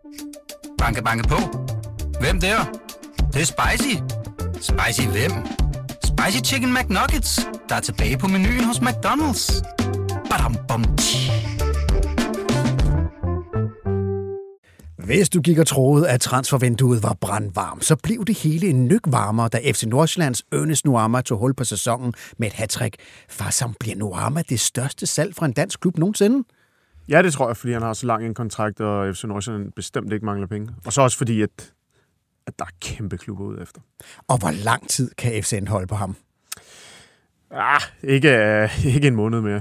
Banke, banke på. Hvem der? Det er spicy. Spicy hvem? Spicy Chicken McNuggets, der er tilbage på menuen hos McDonald's. Badum, bom, Hvis du gik og troede, at transfervinduet var brandvarm, så blev det hele en nyk varmere, da FC Nordsjællands Ernest Nuama tog hul på sæsonen med et hattrick. Farsam, bliver Nuama det største salg fra en dansk klub nogensinde? Ja, det tror jeg, fordi han har så lang en kontrakt, og FC Nordsjælland bestemt ikke mangler penge. Og så også fordi, at der er kæmpe klubber ud efter. Og hvor lang tid kan FCN holde på ham? Ikke en måned mere.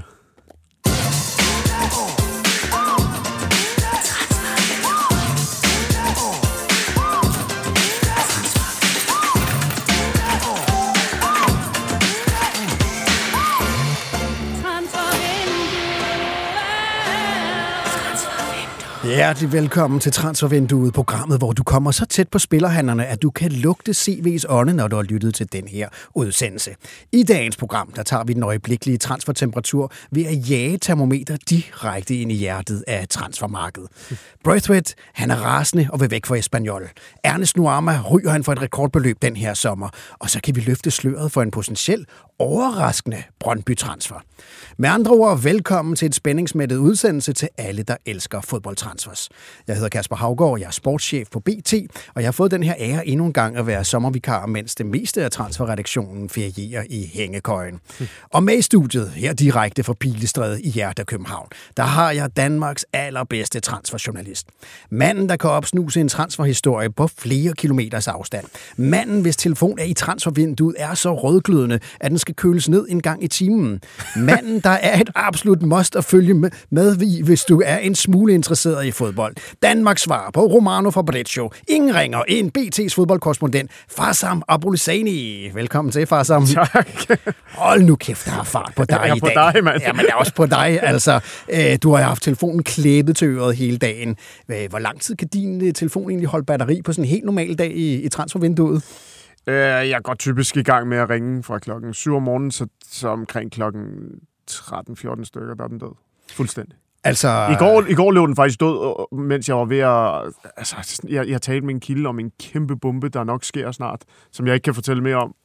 Hjertelig velkommen til Transfervinduet, programmet, hvor du kommer så tæt på spillerhandlerne, at du kan lugte CV's ånde, når du har lyttet til den her udsendelse. I dagens program, der tager vi den øjeblikkelige transfertemperatur ved at jage termometer direkte ind i hjertet af transfermarkedet. Braithwaite, han er rasende og vil væk fra Espanyol. Ernest Nuama ryger han for et rekordbeløb den her sommer, og så kan vi løfte sløret for en potentiel overraskende Brøndby-transfer. Med andre ord, velkommen til et spændingsmættet udsendelse til alle, der elsker fodboldtransfers. Jeg hedder Kasper Haugaard, jeg er sportschef på BT, og jeg har fået den her ære endnu en gang at være sommervikar, mens det meste af transferredaktionen ferierer i hængekøjen. Og med i studiet, her direkte fra Pilestræde i hjertet af København, der har jeg Danmarks allerbedste transferjournalist. Manden, der kan opsnuse en transferhistorie på flere kilometers afstand. Manden, hvis telefon er i transfervinduet, er så rødglødende, at den skal køles ned en gang i timen. Manden, der er et absolut must at følge med, hvis du er en smule interesseret i fodbold. Danmarks svar på Romano Fabrizio. Ingen ringer end BT's fodboldkorrespondent Farsam Abulisani. Velkommen til, Farsam. Tak. Hold nu kæft, der har fart på dig i dag. Jeg er på dig, mand. Jamen, det er også på dig. Altså, du har haft telefonen klæbet til øret hele dagen. Hvor lang tid kan din telefon egentlig holde batteri på sådan en helt normal dag i transfervinduet? Jeg går typisk i gang med at ringe fra klokken 7 om morgenen, så omkring klokken 13-14 stykker, der er den død. Fuldstændig. Altså... I går løb den faktisk død, mens jeg var ved at... Altså, jeg talte med en kilde om en kæmpe bombe, der nok sker snart, som jeg ikke kan fortælle mere om.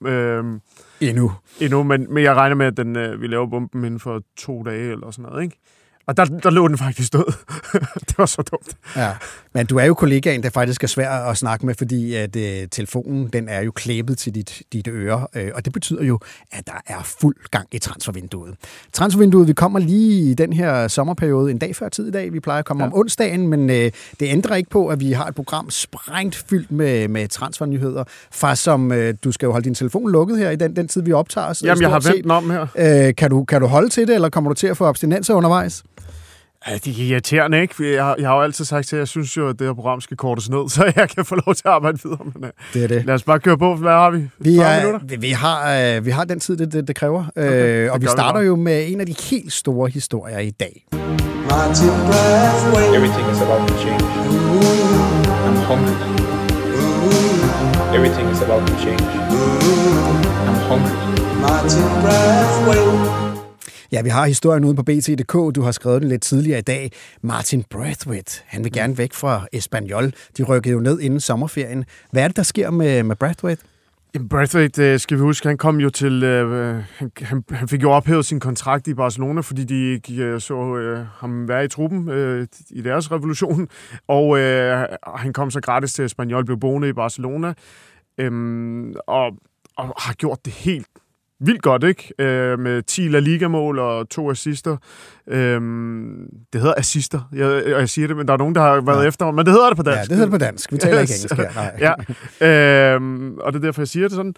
Endnu, men jeg regner med, at vi laver bomben inden for 2 dage eller sådan noget, ikke? Og der lå den faktisk død. Det var så dumt. Ja, men du er jo kollegaen, der faktisk er svær at snakke med, fordi at telefonen, den er jo klæbet til dit øre, og det betyder jo, at der er fuld gang i transfervinduet. Transfervinduet, vi kommer lige i den her sommerperiode en dag før tid i dag. Vi plejer at komme om onsdagen, men det ændrer ikke på, at vi har et program sprængt fyldt med transfernyheder. Far, som du skal jo holde din telefon lukket her i den tid, vi optager. Jamen, jeg har vendt den om her. Kan du holde til det, eller kommer du til at få abstinenser undervejs? Ja, det er irriterende, ikke? Jeg har jo altid sagt til, at jeg synes jo, at det her program skal kortes ned, så jeg kan få lov til at arbejde videre med det. Det er det. Lad os bare køre på. Hvad har vi? Vi har den tid, det kræver. Okay, og vi starter jo med en af de helt store historier i dag. Everything is about to change. I'm hungry. Everything is about to change. I'm hungry. Ja, vi har historien ude på BT.dk. Du har skrevet den lidt tidligere i dag. Martin Braithwaite, han vil gerne væk fra Espanyol. De rykkede jo ned inden sommerferien. Hvad er det, der sker med Braithwaite? Braithwaite, skal vi huske, han kom jo til... Han fik jo ophævet sin kontrakt i Barcelona, fordi de så ham være i truppen i deres revolution. Og han kom så gratis til Espanyol, blev boende i Barcelona. Og har gjort det helt vildt godt, ikke? Med 10 La Liga-mål og 2 assister. Det hedder assister. Jeg siger det, men der er nogen, der har været efter mig. Men det hedder det på dansk. Ja, det hedder det på dansk. Vi taler ikke engelsk her. Nej. Ja. Og det er derfor, jeg siger det sådan.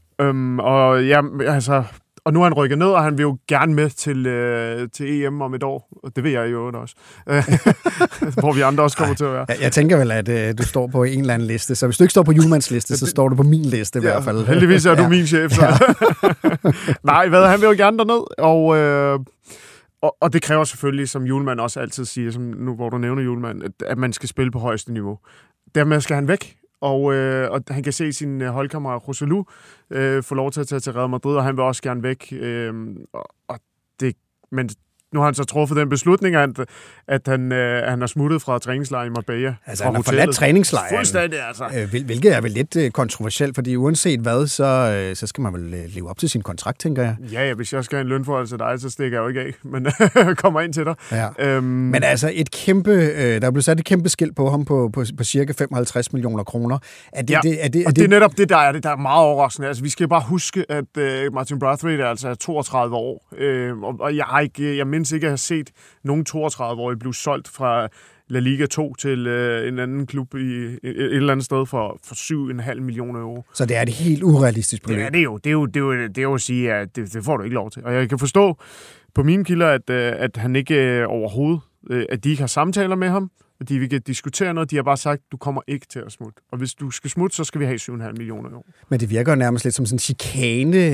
Og nu er han rykket ned, og han vil jo gerne med til EM om et år. Og det vil jeg jo også. Hvor vi andre også kommer til at være. Jeg tænker vel, at du står på en eller anden liste. Så hvis du ikke står på Julemands liste, så står du på min liste i hvert fald. Heldigvis er du min chef. Så. Nej, han vil jo gerne derned. Og det kræver selvfølgelig, som Julemand også altid siger, som nu hvor du nævner Julemand, at man skal spille på højeste niveau. Dermed skal han væk. Og han kan se sin holdkammerat Joselu få lov til at tage til Real Madrid, og han vil også gerne væk. Men nu har han så truffet den beslutning, at han har smuttet fra træningslejren i Marbella. Altså, han har forladt træningslejren. Fuldstændig, altså. Hvilket er vel lidt kontroversielt, fordi uanset hvad, så skal man vel leve op til sin kontrakt, tænker jeg. Ja, hvis jeg skal have en lønforhold til dig, så stikker jeg jo ikke af, men kommer ind til dig. Ja. Men altså, der blev sat et kæmpe skilt på ham på cirka 55 millioner kroner. Det er netop det, der er meget overraskende. Altså, vi skal bare huske, at Martin Brathwaite er altså 32 år, og jeg mindst ikke at have set nogen 32-årige blive solgt fra La Liga 2 til en anden klub i et eller andet sted for 7,5 millioner euro. Så det er et helt urealistisk beløb. Ja, det er jo at sige, at det får du ikke lov til. Og jeg kan forstå på mine kilder, at han ikke overhovedet, at de ikke har samtaler med ham, at de ikke kan diskutere noget. De har bare sagt, du kommer ikke til at smutte. Og hvis du skal smutte, så skal vi have 7,5 millioner euro. Men det virker nærmest lidt som sådan en chikane,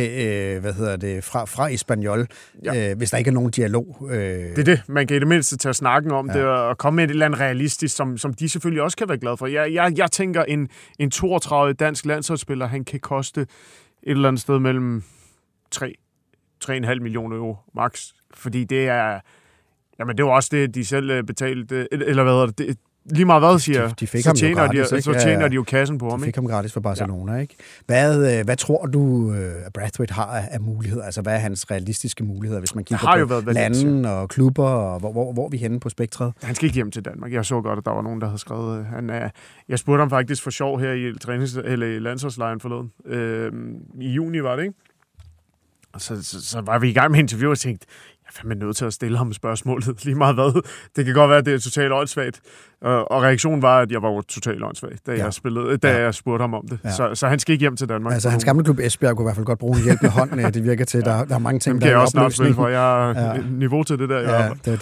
fra Espanyol, hvis der ikke er nogen dialog. Det er det. Man kan i det mindste tage snakken om det, og komme med et eller andet realistisk, som de selvfølgelig også kan være glade for. Jeg tænker, en 32 dansk landsholdsspiller, han kan koste et eller andet sted mellem 3,5 millioner euro max. Fordi det er... Jamen, det var også det, de selv betalte, eller hvad hedder det? Lige meget hvad, siger de fik ham gratis, så tjener de jo kassen på ham. De fik ham gratis for Barcelona, ikke? Hvad tror du, at Brathwaite har af muligheder? Altså, hvad er hans realistiske muligheder, hvis man kigger på lande og klubber, og hvor er vi henne på spektret? Han skal ikke hjem til Danmark. Jeg så godt, at der var nogen, der havde skrevet... Jeg spurgte ham faktisk for sjov her i landsholdslejren forleden. I juni var det, ikke? Og så var vi i gang med interview og tænkte, jeg er fandme nødt til at stille ham spørgsmålet lige meget hvad. Det kan godt være, at det er totalt åndssvagt. Og reaktionen var, at jeg var jo totalt åndssvagt, da jeg spurgte ham om det. Ja. Så han skal ikke hjem til Danmark. Altså, hans gamle klub Esbjerg kunne i hvert fald godt bruge en hjælpende hånd. Det virker til, der er mange ting, der er også opløsning. For jeg har niveau til det der. Ja, det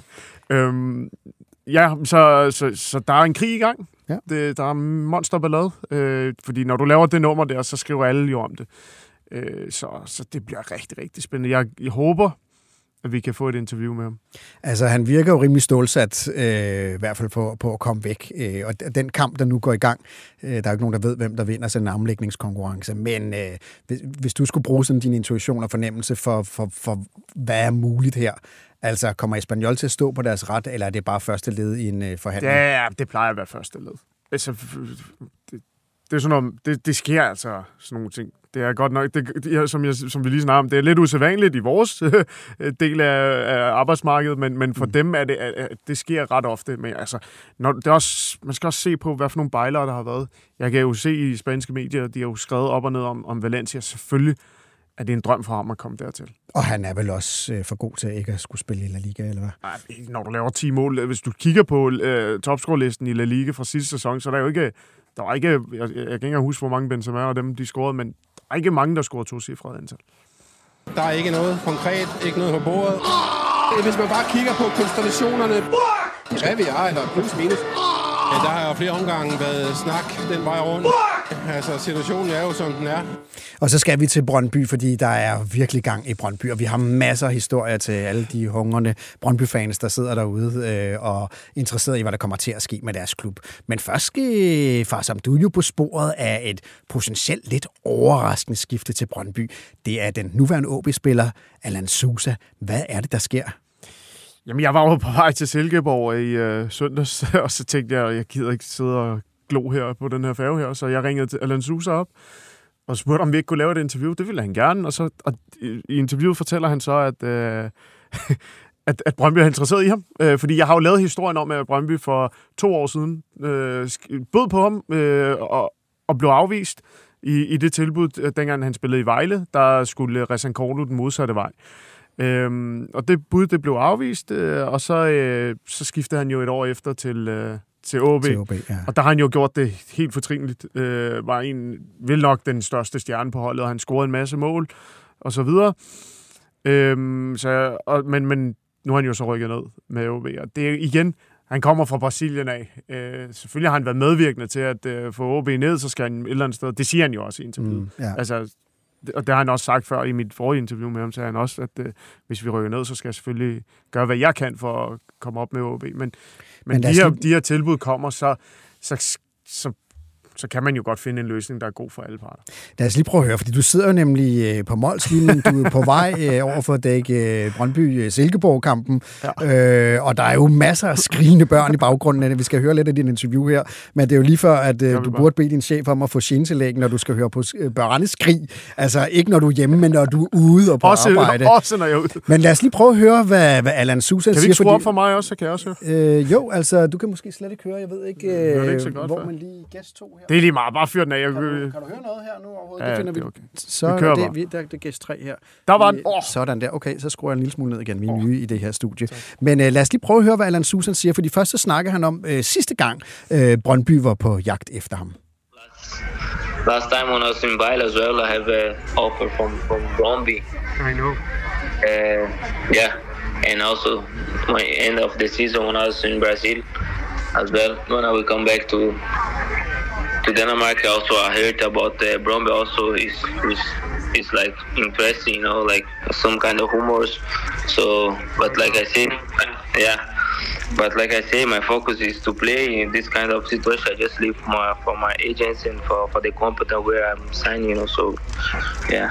er det. Så der er en krig i gang. Ja. Der er monsterballade. Fordi når du laver det nummer der, så skriver alle jo om det. Så det bliver rigtig, rigtig spændende. Jeg håber, at vi kan få et interview med ham. Altså, han virker jo rimelig stålsat, i hvert fald på at komme væk. Og den kamp, der nu går i gang, der er jo ikke nogen, der ved, hvem der vinder sådan en armlægningskonkurrence. Men hvis du skulle bruge sådan din intuition og fornemmelse for hvad er muligt her, altså, kommer Espanyol til at stå på deres ret, eller er det bare første led i en forhandling? Ja, det plejer at være første led. Altså, det er sådan noget, det sker altså sådan nogle ting. Det er godt nok, som vi lige snakker om, det er lidt usædvanligt i vores del af arbejdsmarkedet, men for dem er det sker ret ofte. Men altså, man skal også se på, hvad for nogle bejlere der har været. Jeg kan jo se i spanske medier, de har jo skrevet op og ned om Valencia. Selvfølgelig er det en drøm for ham at komme dertil. Og han er vel også for god til ikke at skulle spille i La Liga, eller hvad? Nej, når du laver 10 mål. Hvis du kigger på topscorelisten i La Liga fra sidste sæson, så er der jo ikke... Der var ikke, jeg kan ikke engang huske, hvor mange Benzema og dem, de scorede, men der er ikke mange, der scorede 2-cifrede antal. Der er ikke noget konkret, ikke noget på bordet. Hvis man bare kigger på konstellationerne, hvad vi er, eller plus minus. Ja, der har jo flere omgange været snak den vej rundt. Altså, situationen er jo, som den er. Og så skal vi til Brøndby, fordi der er virkelig gang i Brøndby, og vi har masser af historier til alle de hungrende Brøndby-fans, der sidder derude og interesseret i, hvad der kommer til at ske med deres klub. Men først skal Farsam du jo på sporet af et potentielt lidt overraskende skifte til Brøndby. Det er den nuværende OB-spiller, Alan Sousa. Hvad er det, der sker? Jamen, jeg var jo på vej til Silkeborg i søndags, og så tænkte jeg gider ikke sidde og glo her på den her færge her, så jeg ringede til Alan Sousa op og spurgte, om vi ikke kunne lave et interview. Det ville han gerne, og i interviewet fortæller han så, at Brøndby er interesseret i ham. Fordi jeg har jo lavet historien om, at Brøndby for 2 år siden bød på ham og blev afvist i det tilbud, dengang han spillede i Vejle. Der skulle Rezan Korlu den modsatte vej. Og det bud, det blev afvist, og så skiftede han jo et år efter til OB. Ja. Og der har han jo gjort det helt fortrinligt. Var vel nok den største stjerne på holdet, og han scorede en masse mål, og så videre. Men nu har han jo så rykket ned med OB, og det er igen, han kommer fra Brasilien af. Selvfølgelig har han været medvirkende til at få OB ned, så skal han et eller andet sted. Det siger han jo også i interviewet. Ja. Altså, og det har han også sagt før i mit forrige interview med ham, så han også, at hvis vi rykker ned, så skal jeg selvfølgelig gøre, hvad jeg kan for at komme op med OB. Men de her tilbud kommer, så så kan man jo godt finde en løsning, der er god for alle parter. Lad os lige prøve at høre, fordi du sidder jo nemlig på Mols-linjen, du er på vej over for at dække Brøndby-Silkeborg-kampen, og der er jo masser af skrigende børn i baggrunden. Vi skal høre lidt af din interview her, men det er jo lige før, at du burde bede din chef om at få genetillæg, når du skal høre på børnenes skrig. Altså ikke når du er hjemme, men når du er ude og på arbejde. Også når jeg er ude. Men lad os lige prøve at høre, hvad Allan Susan siger. Kan vi ikke skrue op for mig også, så kan jeg også høre? Jo, altså du kan måske slet ikke høre. Jeg ved ikke, godt, hvor man lige gæst 2 her. Det er lige meget. Bare fyr den af. Kan du høre noget her nu overhovedet? Ja, det finder det vi. okay. Så vi kører der er gæst 3 her. Der var den. Sådan der. Okay, så skruer jeg en lille smule ned igen. Vi er nye i det her studie. Men lad os lige prøve at høre, hvad Allan Susan siger. Fordi først så snakker han om sidste gang, Brøndby var på jagt efter ham. Last time when I was in Vejle as well, I have an offer from Brøndby. I know. And also my end of the season when I was in Brazil as well. When I will come back to Denmark, also I heard about Brøndby also is like interesting, you know, like some kind of rumors. So, but like I said, my focus is to play in this kind of situation. I just live for my agents and for the company where I'm signing, you know. So, yeah.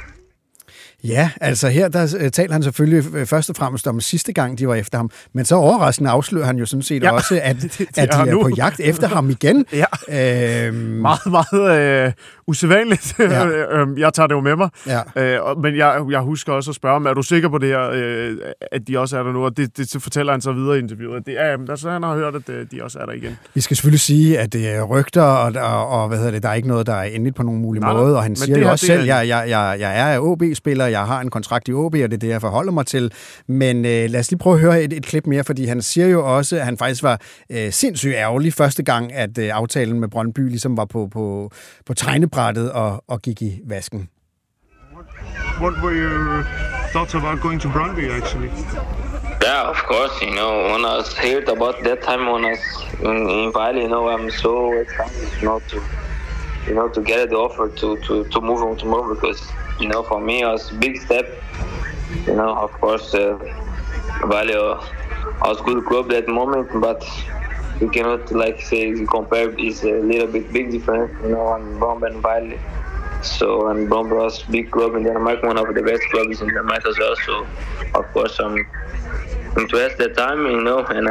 Ja, altså her der taler han selvfølgelig først og fremmest om sidste gang, de var efter ham. Men så overraskende afslører han jo sådan set også, at de er på jagt efter ham igen. Ja. Meget usædvanligt. Ja. Jeg tager det jo med mig. Ja. Men jeg husker også at spørge ham, er du sikker på det her, at de også er der nu? Og det fortæller han så videre i interviewet. Så han har hørt, at de også er der igen. Vi skal selvfølgelig sige, at det er rygter, og hvad hedder det, der er ikke noget, der er endeligt på nogen mulig måde. Og han siger jo også selv, jeg er OB-spiller, jeg har en kontrakt i OB, og det er det, jeg forholder mig til. Men lad os lige prøve at høre et klip mere, fordi han siger jo også, at han faktisk var sindssygt ærgerlig første gang, at aftalen med Brøndby ligesom var på tegnebrættet og gik i vasken. What were your thoughts about going to Brøndby, actually? Yeah, of course, you know, when I was heard about that time when I was in Vejle, you know, I'm so excited, to get the offer to move on tomorrow because, you know, for me it was a big step. You know, of course, Vejle was a good club that moment, but you cannot compare. It's a little bit big difference, you know, on Brøndby and Vejle. So, and Brøndby was a big club in Denmark, one of the best clubs in Denmark as well. So, of course, I'm interested at the time, you know, and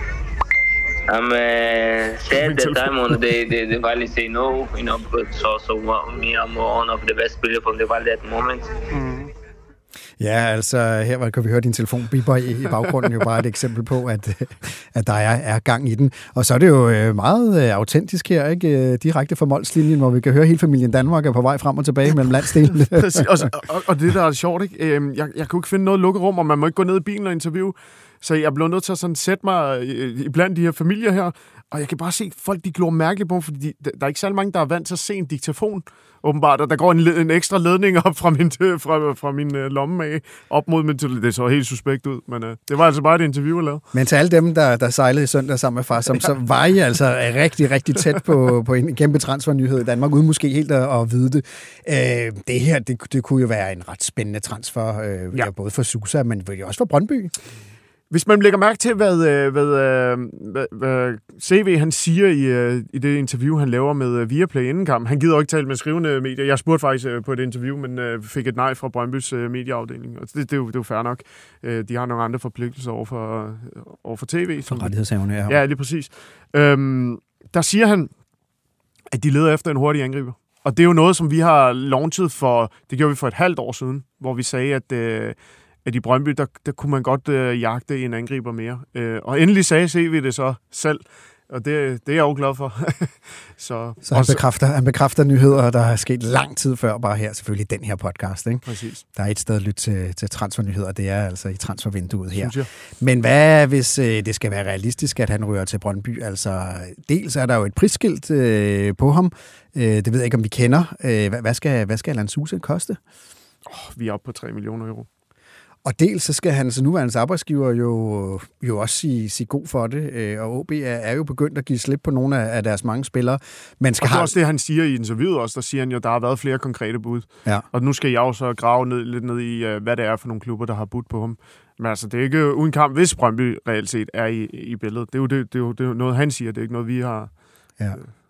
I'm sad that time when the Vejle say no, you know, because it's also I'm one of the best players from the Vejle at the moment. Mm. Ja, altså her kan vi høre din telefon biber i baggrunden, jo bare et eksempel på, at der er gang i den. Og så er det jo meget autentisk her, ikke? Direkte fra Mols-linjen, hvor vi kan høre hele familien Danmark er på vej frem og tilbage mellem landsdelene. og det, der er sjovt, ikke? Jeg kunne ikke finde noget lukket rum, og man må ikke gå ned i bilen og interviewe. Så jeg blev nødt til at sådan sætte mig iblandt de her familier her, og jeg kan bare se, at folk de glor mærkeligt på, fordi der er ikke særlig mange, der er vant til at se en diktafon, åbenbart, og der går en ekstra ledning op fra min lomme af, op mod min telefon. Det så helt suspekt ud, men det var altså bare et interview, jeg lavede. Men til alle dem, der sejlede i søndag sammen med far, så var I altså rigtig, rigtig tæt på en kæmpe transfernyhed i Danmark, uden måske helt at vide det. Det her, det kunne jo være en ret spændende transfer, både for Susa, men også for Brøndby. Hvis man lægger mærke til, hvad CV han siger i det interview, han laver med Viaplay inden kamp. Han gider ikke tale med skrivende medier. Jeg spurgte faktisk på et interview, men fik et nej fra Brøndbys medieafdeling. Og det er jo fair nok. De har nogle andre forpligtelser over for tv. For rettighedshaverne, ja. Ja, lige præcis. Der siger han, at de leder efter en hurtig angriber. Og det er jo noget, som vi har launchet det gjorde vi for et halvt år siden, hvor vi sagde, at i Brøndby, der kunne man godt jagte en angriber mere. Og endelig sagde CV det så selv, og det er jeg jo glad for. så han bekræfter nyheder, der er sket lang tid før, bare her selvfølgelig den her podcast. Ikke? Præcis. Der er et sted at lytte til transfernyheder, det er altså i transfervinduet her. Men hvad hvis det skal være realistisk, at han ryger til Brøndby? Altså, dels er der jo et prisskilt på ham. Det ved jeg ikke, om vi kender. Hvad skal Allan Susan koste? Vi er oppe på 3 millioner euro. Og dels så skal hans nuværende arbejdsgiver jo også sige god for det, og OB er jo begyndt at give slip på nogle af deres mange spillere. Men og det er også det, han siger i interviewet også, der siger han jo, der har været flere konkrete bud. Ja. Og nu skal jeg jo så grave lidt ned i, hvad det er for nogle klubber, der har budt på ham. Men altså, det er ikke uden kamp, hvis Brøndby reelt set er i billedet. Det er jo noget, han siger, det er ikke noget, vi har... Ja.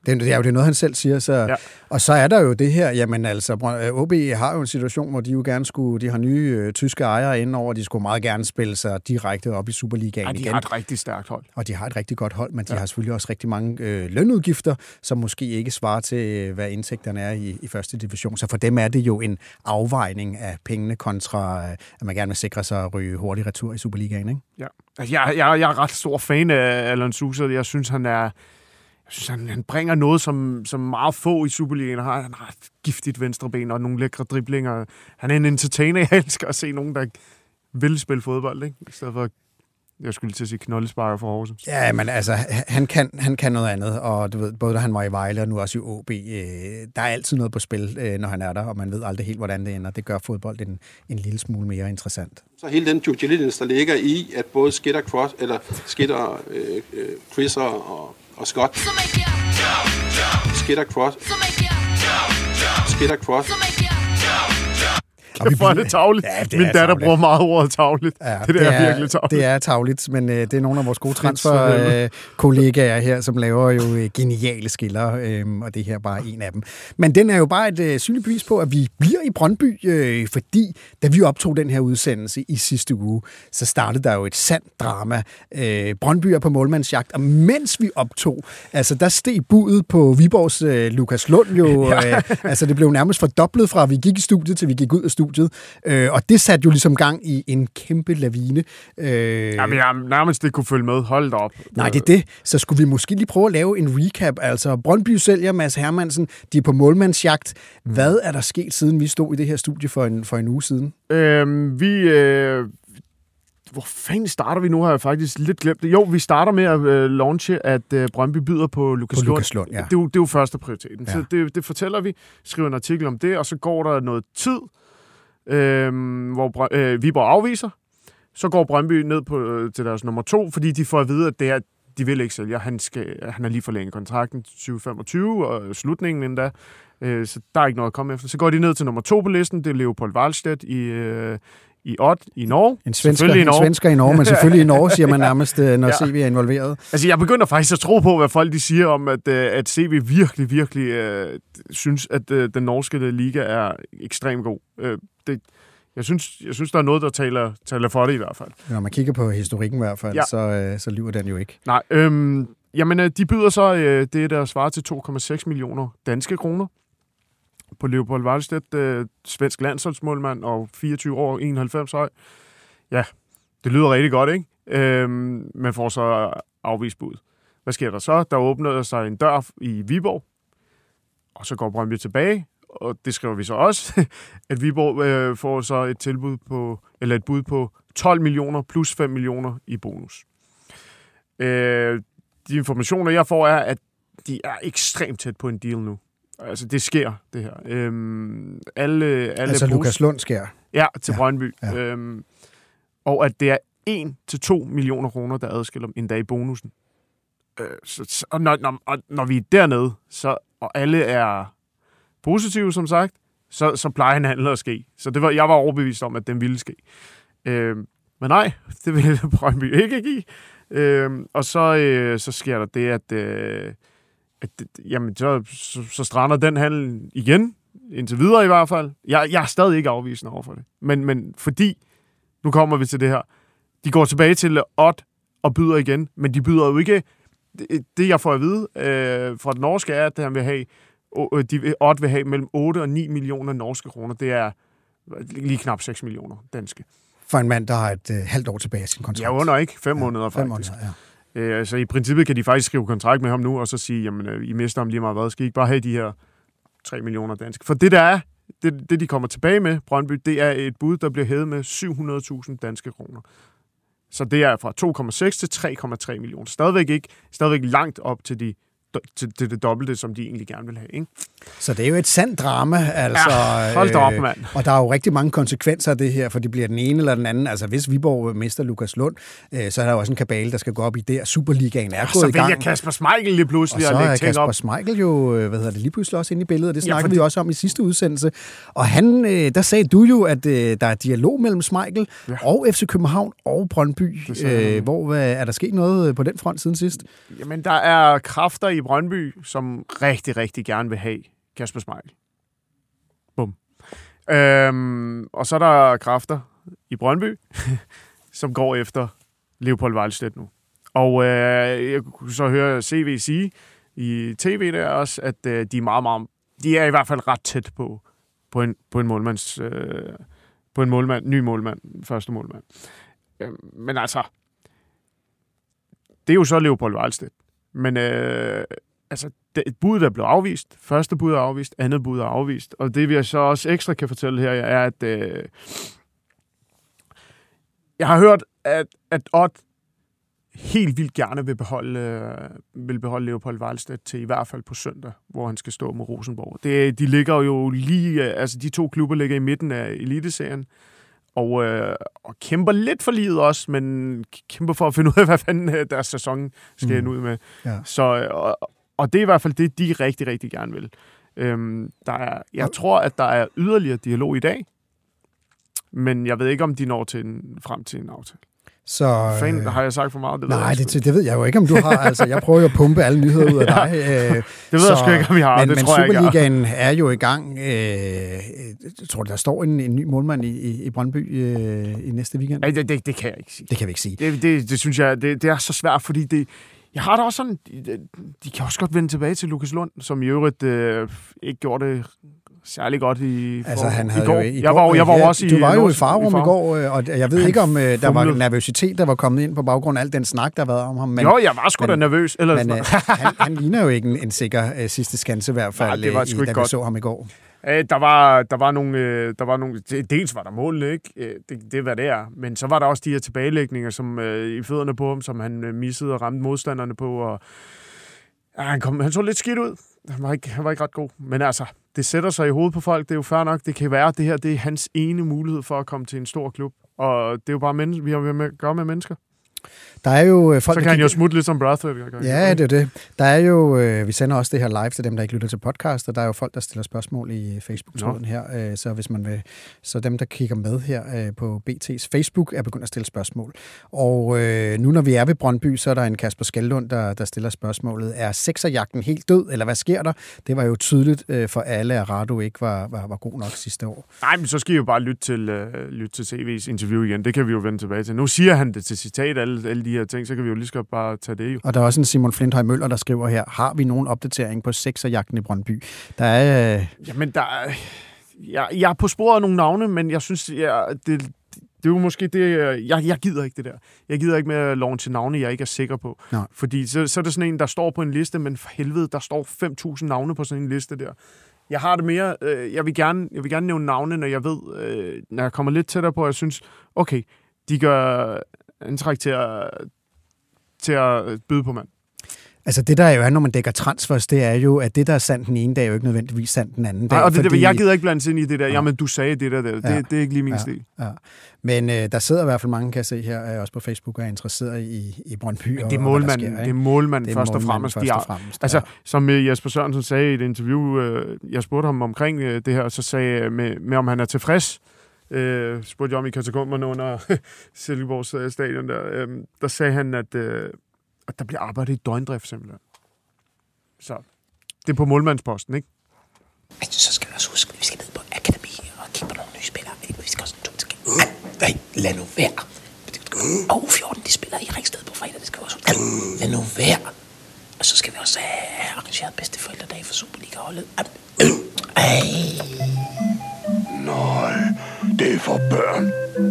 Det er noget, han selv siger. Så, ja. Og så er der jo det her, jamen altså, OB har jo en situation, hvor de jo gerne skulle, de har nye tyske ejere indenover, de skulle meget gerne spille sig direkte op i Superligaen igen. De har et rigtig stærkt hold. Og de har et rigtig godt hold, men de har selvfølgelig også rigtig mange lønudgifter, som måske ikke svarer til, hvad indtægterne er i første division. Så for dem er det jo en afvejning af pengene kontra, at man gerne vil sikre sig at ryge hurtig retur i Superligaen, ikke? Ja. Jeg er ret stor fan af Allan Sousa. Jeg synes, han bringer noget, som meget få i Superligaen har. Han har et giftigt venstreben og nogle lækre driblinger. Han er en entertainer. Jeg elsker at se nogen, der vil spille fodbold, ikke? I stedet for, jeg skulle til at sige knoldesparker for Horsens. Ja, men altså, han kan noget andet, og du ved, både da han var i Vejle og nu også i OB, der er altid noget på spil, når han er der, og man ved aldrig helt, hvordan det ender. Det gør fodbold en lille smule mere interessant. Så hele den due diligence, der ligger i, at både Chris og Scott. Skitter Cross. Hvor er det tavligt. Ja, min datter bruger meget ordet tavligt. Ja, det er virkelig tavligt. Det er tavligt, men det er nogle af vores gode transfer-kollegaer her, som laver jo geniale skiller, og det her er bare en af dem. Men den er jo bare et synligt bevis på, at vi bliver i Brøndby, fordi da vi optog den her udsendelse i sidste uge, så startede der jo et sandt drama. Brøndby er på målmandsjagt, og mens vi optog, altså der steg budet på Viborgs Lukas Lund jo, altså det blev nærmest fordoblet fra, at vi gik i studiet, til vi gik ud af studiet. Og det satte jo ligesom gang i en kæmpe lavine. Jamen, jeg nærmest ikke kunne følge med. Hold da op. Nej, det er det. Så skulle vi måske lige prøve at lave en recap. Altså, Brøndby sælger Mads Hermansen. De er på målmandsjagt. Hvad er der sket, siden vi stod i det her studie for en uge siden? Hvor fanden starter vi nu? Har jeg faktisk lidt glemt det. Jo, vi starter med at launche, at Brøndby byder på Lukas Lund. Ja. Det er jo første prioriteten. Ja. Så det fortæller vi. Skriver en artikel om det, og så går der noget tid, hvor Viborg afviser. Så går Brøndby ned til deres nummer 2, fordi de får at vide, at de vil ikke sælge. Han er lige forlænget kontrakten 2025 og slutningen endda. Så der er ikke noget at komme efter. Så går de ned til nummer 2 på listen. Det er Leopold Wahlstedt i Odd i Norge. En svensker i Norge, men selvfølgelig i Norge, siger man nærmest, når CV er involveret. Altså, jeg begynder faktisk at tro på, hvad folk de siger om, at CV virkelig synes, at den norske liga er ekstremt god. Jeg synes, der er noget, der taler for det i hvert fald. Når man kigger på historikken i hvert fald, så lyver den jo ikke. Nej, jamen, de byder så det, der svarer til 2,6 millioner danske kroner på Leopold Wahlstedt, svensk landsholdsmålmand og 24 år, 91 høj. Ja, det lyder rigtig godt, ikke? Man får så afvist bud. Hvad sker der så? Der åbner sig en dør i Viborg, og så går Brøndby tilbage, og det skriver vi så også, at Viborg får så et bud på 12 millioner plus 5 millioner i bonus. De informationer, jeg får, er, at de er ekstremt tæt på en deal nu. Altså, det sker, det her. Alle altså, Lukas Lund sker? Ja, til Brøndby. Ja. Og at det er 1-2 millioner kroner, der adskiller endda i bonusen. Og når vi er dernede, og alle er positive, som sagt, så plejer en handel at ske. Så jeg var overbevist om, at den ville ske. Men nej, det ville Brøndby ikke give. Og så sker der det, at jamen, så strander den handel igen, indtil videre i hvert fald. Jeg er stadig ikke afvisende over for det. Men fordi, nu kommer vi til det her, de går tilbage til Odd og byder igen, men de byder jo ikke. Det jeg får at vide fra den norske er, at han vil have, Odd vil have mellem 8 og 9 millioner norske kroner. Det er lige knap 6 millioner danske. For en mand, der har et halvt år tilbage af sin kontrakt. Ja, under ikke. 5 måneder faktisk. 5 måneder, ja. Så i princippet kan de faktisk skrive kontrakt med ham nu, og så sige, jamen, I mister ham lige meget hvad. Skal I ikke bare have de her 3 millioner danske? For det der er, det de kommer tilbage med, Brøndby, det er et bud, der bliver hævet med 700.000 danske kroner. Så det er fra 2,6 til 3,3 millioner. Stadigvæk langt op til det dobbelte, som de egentlig gerne vil have, ikke? Så det er jo et sandt drama, altså. Ja, hold da op, mand. Og der er jo rigtig mange konsekvenser af det her, for det bliver den ene eller den anden. Altså, hvis Viborg mister Lukas Lund, så er der jo også en kabale, der skal gå op i der. Superligaen er gået i gang. Så vælger Kasper Schmeichel lige pludselig og at lægge ting op. Og så er Kasper Schmeichel jo, lige pludselig også inde i billedet, og det snakkede vi også om i sidste udsendelse. Og han, der sagde du jo, at der er dialog mellem Schmeichel og FC København og Brøndby. Hvor er der sket noget på den front siden sidst? Jamen, der er kræfter i Brøndby, som rigtig, rigtig gerne vil have Kasper Schmeichel. Bum. Og så er der kræfter i Brøndby, som går efter Leopold Wallstedt nu. Og jeg kunne så høre CV sige i tv der også, at de er meget, meget... De er i hvert fald ret tæt på en målmands... på en målmand, ny målmand, første målmand. Men altså... Det er jo så Leopold Wallstedt. Men budet er blevet afvist. Første bud er afvist, andet bud er afvist. Og det vi jeg så også ekstra kan fortælle her, er, at jeg har hørt, at Odd helt vildt gerne vil beholde Leopold Wallstedt til i hvert fald på søndag, hvor han skal stå med Rosenborg. De ligger jo lige... Altså, de to klubber ligger i midten af Eliteserien. Og kæmper lidt for livet også, men kæmper for at finde ud af, hvad fanden deres sæson skal ende ud med. Ja. Så, og det er i hvert fald det, de rigtig, rigtig gerne vil. Jeg tror, at der er yderligere dialog i dag, men jeg ved ikke, om de når frem til en aftale. Så, har jeg sagt for meget? Det ved jeg jo ikke, om du har. Altså, jeg prøver jo at pumpe alle nyheder ud af dig. Det ved jeg sgu ikke, om jeg har. Men Superligaen er jo i gang. Jeg tror, der står en ny målmand i Brøndby i næste weekend. Nej, det kan jeg ikke sige. Det kan vi ikke sige. Det synes jeg, det er så svært, fordi jeg har da også sådan... De kan også godt vende tilbage til Lukas Lund, som i øvrigt ikke gjorde det særlig godt i går. Jeg var også i... Du var jo i Farum i går, og jeg ved ikke, om der var nervøsitet, der var kommet ind på baggrund af al den snak, der har været om ham. Men, jo, jeg var sgu da nervøs. Men han ligner jo ikke en sikker sidste skanse i hvert fald, da vi så ham i går. Der var nogle... Dels var der målene, ikke? Det er, hvad det er. Men så var der også de her tilbagelægninger som, i fødderne på ham, som han missede og ramte modstanderne på. Og, han så lidt skidt ud. Han var ikke ret god. Men altså, det sætter sig i hovedet på folk. Det er jo fair nok. Det kan være, at det her det er hans ene mulighed for at komme til en stor klub. Og det er jo bare vi har at gøre med mennesker. Der er jo folk, så kan han jo smutte lidt som Brathwaite. Ja, det er det. Der er jo, vi sender også det her live til dem, der ikke lytter til podcast, og der er jo folk, der stiller spørgsmål i Facebook-tråden her. Så hvis man vil, så dem, der kigger med her på BT's Facebook, er begyndt at stille spørgsmål. Og nu når vi er ved Brøndby, så er der en Kasper Skellund, der stiller spørgsmålet. Er sekserjagten helt død, eller hvad sker der? Det var jo tydeligt for alle, at Rado ikke var god nok sidste år. Nej, men så skal I jo bare lytte til CV's interview igen. Det kan vi jo vende tilbage til. Nu siger han det til citat, alle de her ting, så kan vi jo lige så bare tage det jo. Og der er også en Simon Flinthøj Møller, der skriver her, har vi nogen opdatering på sekserjagten i Brøndby? Der er... Jamen, jeg er på sporet af nogle navne, men jeg synes, det er jo måske det... Jeg gider ikke det der. Jeg gider ikke med at launche navne, jeg ikke er sikker på. Nej. Fordi så er det sådan en, der står på en liste, men for helvede, der står 5.000 navne på sådan en liste der. Jeg har det mere... Jeg vil gerne nævne navne, når jeg ved... når jeg kommer lidt tættere på, jeg synes, okay, de gør antræk til at byde på mand. Altså det, der jo er, når man dækker transfers, det er jo, at det, der er sandt den ene dag, er jo ikke nødvendigvis sandt den anden dag. Nej, og jeg gider ikke blandt ind i det der. Jamen, du sagde det der. Det er ikke lige min stil. Ja. Men der sidder i hvert fald mange, kan jeg se her, også på Facebook, og er interesseret i Brøndby. Men det er målmand først og fremmest. Altså, som Jesper Sørensen sagde i et interview, jeg spurgte ham omkring det her, og så sagde med om han er tilfreds. Spurgte jeg om i katakomberne under Silkeborgs stadion der. Der sagde han, at der bliver arbejdet i døgndrift simpelthen. Så det er på målmandsposten, ikke? Men så skal vi også huske, at vi skal ned på akademi og kigge på nogle nye spillere. Vi skal også lad nu være. Og U14, de spiller i Ringsted på fredag. Det skal vi også huske. Lad nu være. Og så skal vi også have arrangeret bedste forældredag for Superliga-holdet. Nej, det er for børn.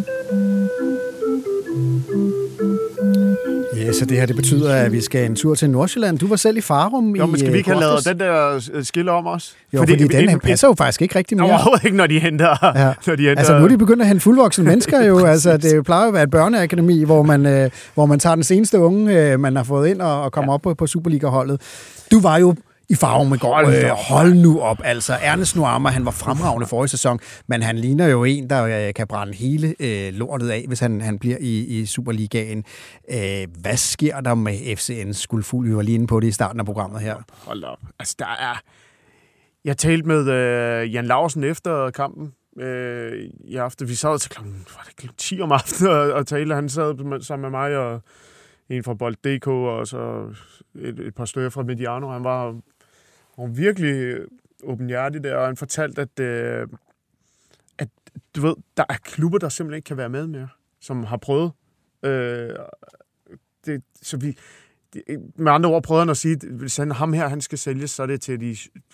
Ja, så det her, det betyder, at vi skal en tur til Nordsjælland. Du var selv i Farum i... Jo, men skal vi ikke have lavet den der skille om os? Jo, fordi den passer jo faktisk ikke rigtig mere. Overhovedet ikke, når de henter... Ja. Altså, nu er de begyndt at hente fuldvoksne mennesker jo. Altså, det plejer jo at være et børneakademi, hvor man tager den seneste unge, man har fået ind og kommer op på Superliga-holdet. Du var jo i Farum i går. Hold nu op, altså. Ernest Nuama, han var fremragende forrige sæson, men han ligner jo en, der kan brænde hele lortet af, hvis han bliver i Superligaen. Hvad sker der med FCN's guldfugl? Vi var lige inde på det i starten af programmet her. Hold op. Altså, der er... Jeg talte med Jan Larsen efter kampen i aften. Vi sad til klokken 10 om aftenen og talte. Han sad sammen med mig og en fra Bold.dk, og så et par stykker fra Mediano. Han var virkelig åbenhjertig der, og han fortalte, at du ved, der er klubber, der simpelthen ikke kan være med mere, som har prøvet. Så vi... Med andre ord prøvede han at sige, at hvis ham her han skal sælges, så er det til de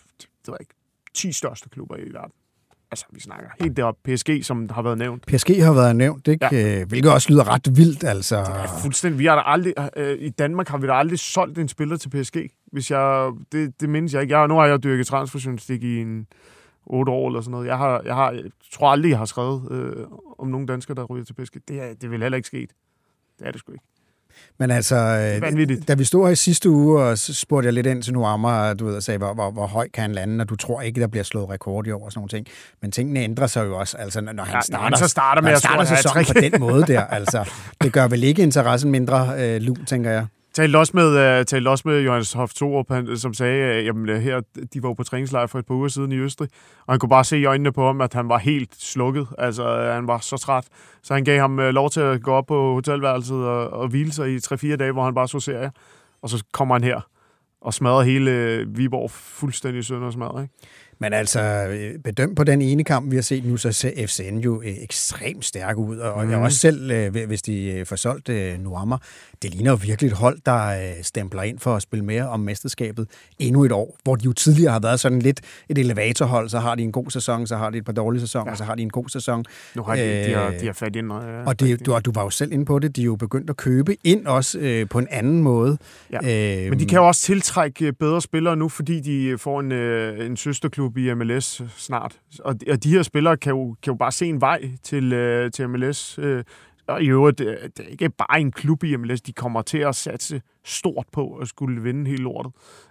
10 største klubber i verden. Altså, vi snakker helt deroppe. PSG, som har været nævnt. PSG har været nævnt, ikke? Ja. Hvilket også lyder ret vildt, altså. Det er fuldstændig. Vi har der aldrig, i Danmark har vi da aldrig solgt en spiller til PSG. Hvis det mindes jeg ikke. Nu har jeg dyrket transferjournalistik i 8 år eller sådan noget. Jeg tror aldrig, jeg har skrevet om nogle danskere, der ryger til PSG. Det vil heller ikke ske. Det er det sgu ikke. Men altså, da vi stod her i sidste uge, og så spurgte jeg lidt ind til Nuamma, du ved, og sagde, hvor høj kan han lande, og du tror ikke, der bliver slået rekord i år og sådan nogle ting. Men tingene ændrer sig jo også, altså, når han starter sæsonen på den måde der. Altså, det gør vel ikke interessen mindre lun, tænker jeg. Talte også med Johannes Hoff Thorup, som sagde, jamen her, de var jo på træningslejr for et par uger siden i Østrig, og han kunne bare se i øjnene på ham, at han var helt slukket. Altså, han var så træt. Så han gav ham lov til at gå op på hotelværelset og hvile sig i 3-4 dage, hvor han bare så serier. Og så kommer han her og smadrer hele Viborg fuldstændig sønder og smadrer, ikke? Men altså, bedømt på den ene kamp, vi har set nu, så ser FCN jo ekstremt stærk ud. Og jeg også selv, hvis de får solgt Nuamma, det ligner jo virkelig et hold, der stempler ind for at spille mere om mesterskabet endnu et år. Hvor de jo tidligere har været sådan lidt et elevatorhold, så har de en god sæson, så har de et par dårlige sæsoner, og så har de en god sæson. Nu har de har fat ind. Og du var jo selv inde på det, de er jo begyndt at købe ind også på en anden måde. Ja. Men de kan jo også tiltrække bedre spillere nu, fordi de får en søsterklub i MLS snart. Og de her spillere kan jo bare se en vej til MLS. Og i øvrigt, det er ikke bare en klub i MLS, de kommer til at satse stort på at skulle vinde hele lortet.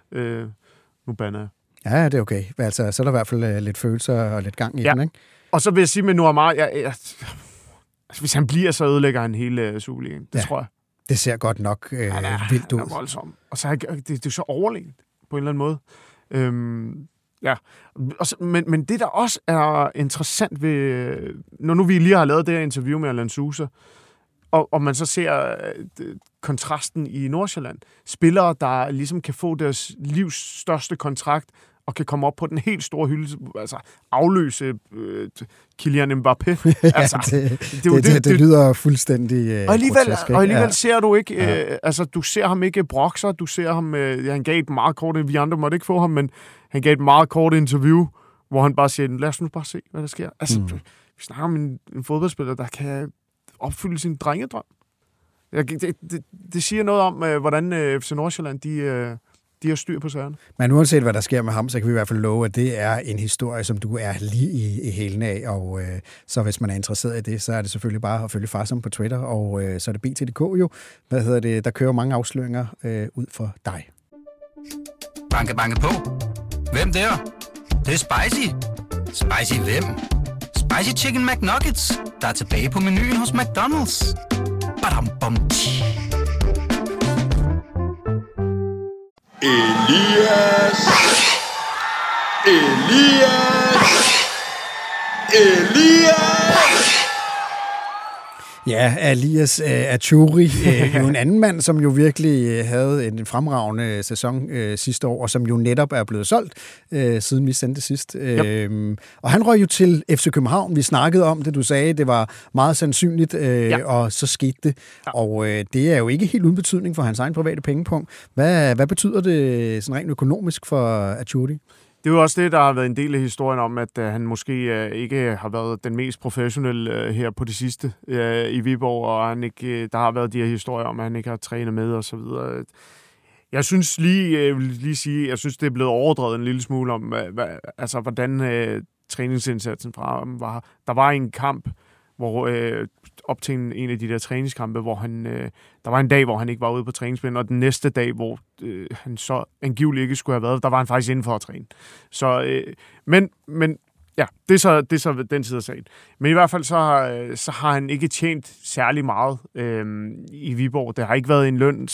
Nu bander jeg. Ja, det er okay. Altså, så er der i hvert fald lidt følelser og lidt gang i den, ikke? Og så vil jeg sige med Nuamma, hvis han bliver, så ødelægger han hele Superligaen. Det tror jeg. Det ser godt nok vildt ud. Han er voldsom. Og så det er så overlegent på en eller anden måde. Ja, men det, der også er interessant ved, når nu vi lige har lavet det her interview med Alan Sousa, og man så ser kontrasten i Nordsjælland, spillere, der ligesom kan få deres livs største kontrakt, og kan komme op på den helt store hylde, altså afløse Kylian Mbappé. Altså, det lyder fuldstændig og alligevel ser du ikke, altså du ser ham ikke brokser, du ser ham, han gav et meget kort, vi andre måtte ikke få ham, men han gav et meget kort interview, hvor han bare siger, lad os nu bare se, hvad der sker. Altså, vi snakker om en fodboldspiller, der kan opfylde sin drengedrøm. Det siger noget om, hvordan FC Nordsjælland, de har styr på sagerne. Men uanset hvad der sker med ham, så kan vi i hvert fald love, at det er en historie, som du er lige i hælene af, og så hvis man er interesseret i det, så er det selvfølgelig bare at følge Farsom på Twitter, og så er det BT.dk jo. Der kører mange afsløringer ud for dig. Banke, banke på. Hvem der? Det er spicy. Spicy hvem? Spicy Chicken McNuggets, der er tilbage på menuen hos McDonald's. Badum, bom, Ja, Elias Achouri, jo en anden mand, som jo virkelig havde en fremragende sæson sidste år, og som jo netop er blevet solgt, siden vi sendte sidst. Yep. Og han røg jo til FC København. Vi snakkede om det, du sagde, det var meget sandsynligt, og så skete det. Ja. Og det er jo ikke helt uden betydning for hans egen private pengepunkt. Hvad betyder det sådan rent økonomisk for Achouri? Det er jo også det, der har været en del af historien om, at han måske ikke har været den mest professionelle her på det sidste i Viborg, og der har været de her historier om, at han ikke har trænet med og så videre. Jeg synes jeg synes, det er blevet overdrevet en lille smule om, hvordan træningsindsatsen fra ham var. Der var en kamp, hvor op til en af de der træningskampe, hvor der var en dag, hvor han ikke var ude på træningsbanen, og den næste dag, hvor han så angiveligt ikke skulle have været, der var han faktisk inden for at træne. Så, men ja, det er så den side af sagen. Men i hvert fald så har han ikke tjent særlig meget i Viborg. Det har ikke været en løn,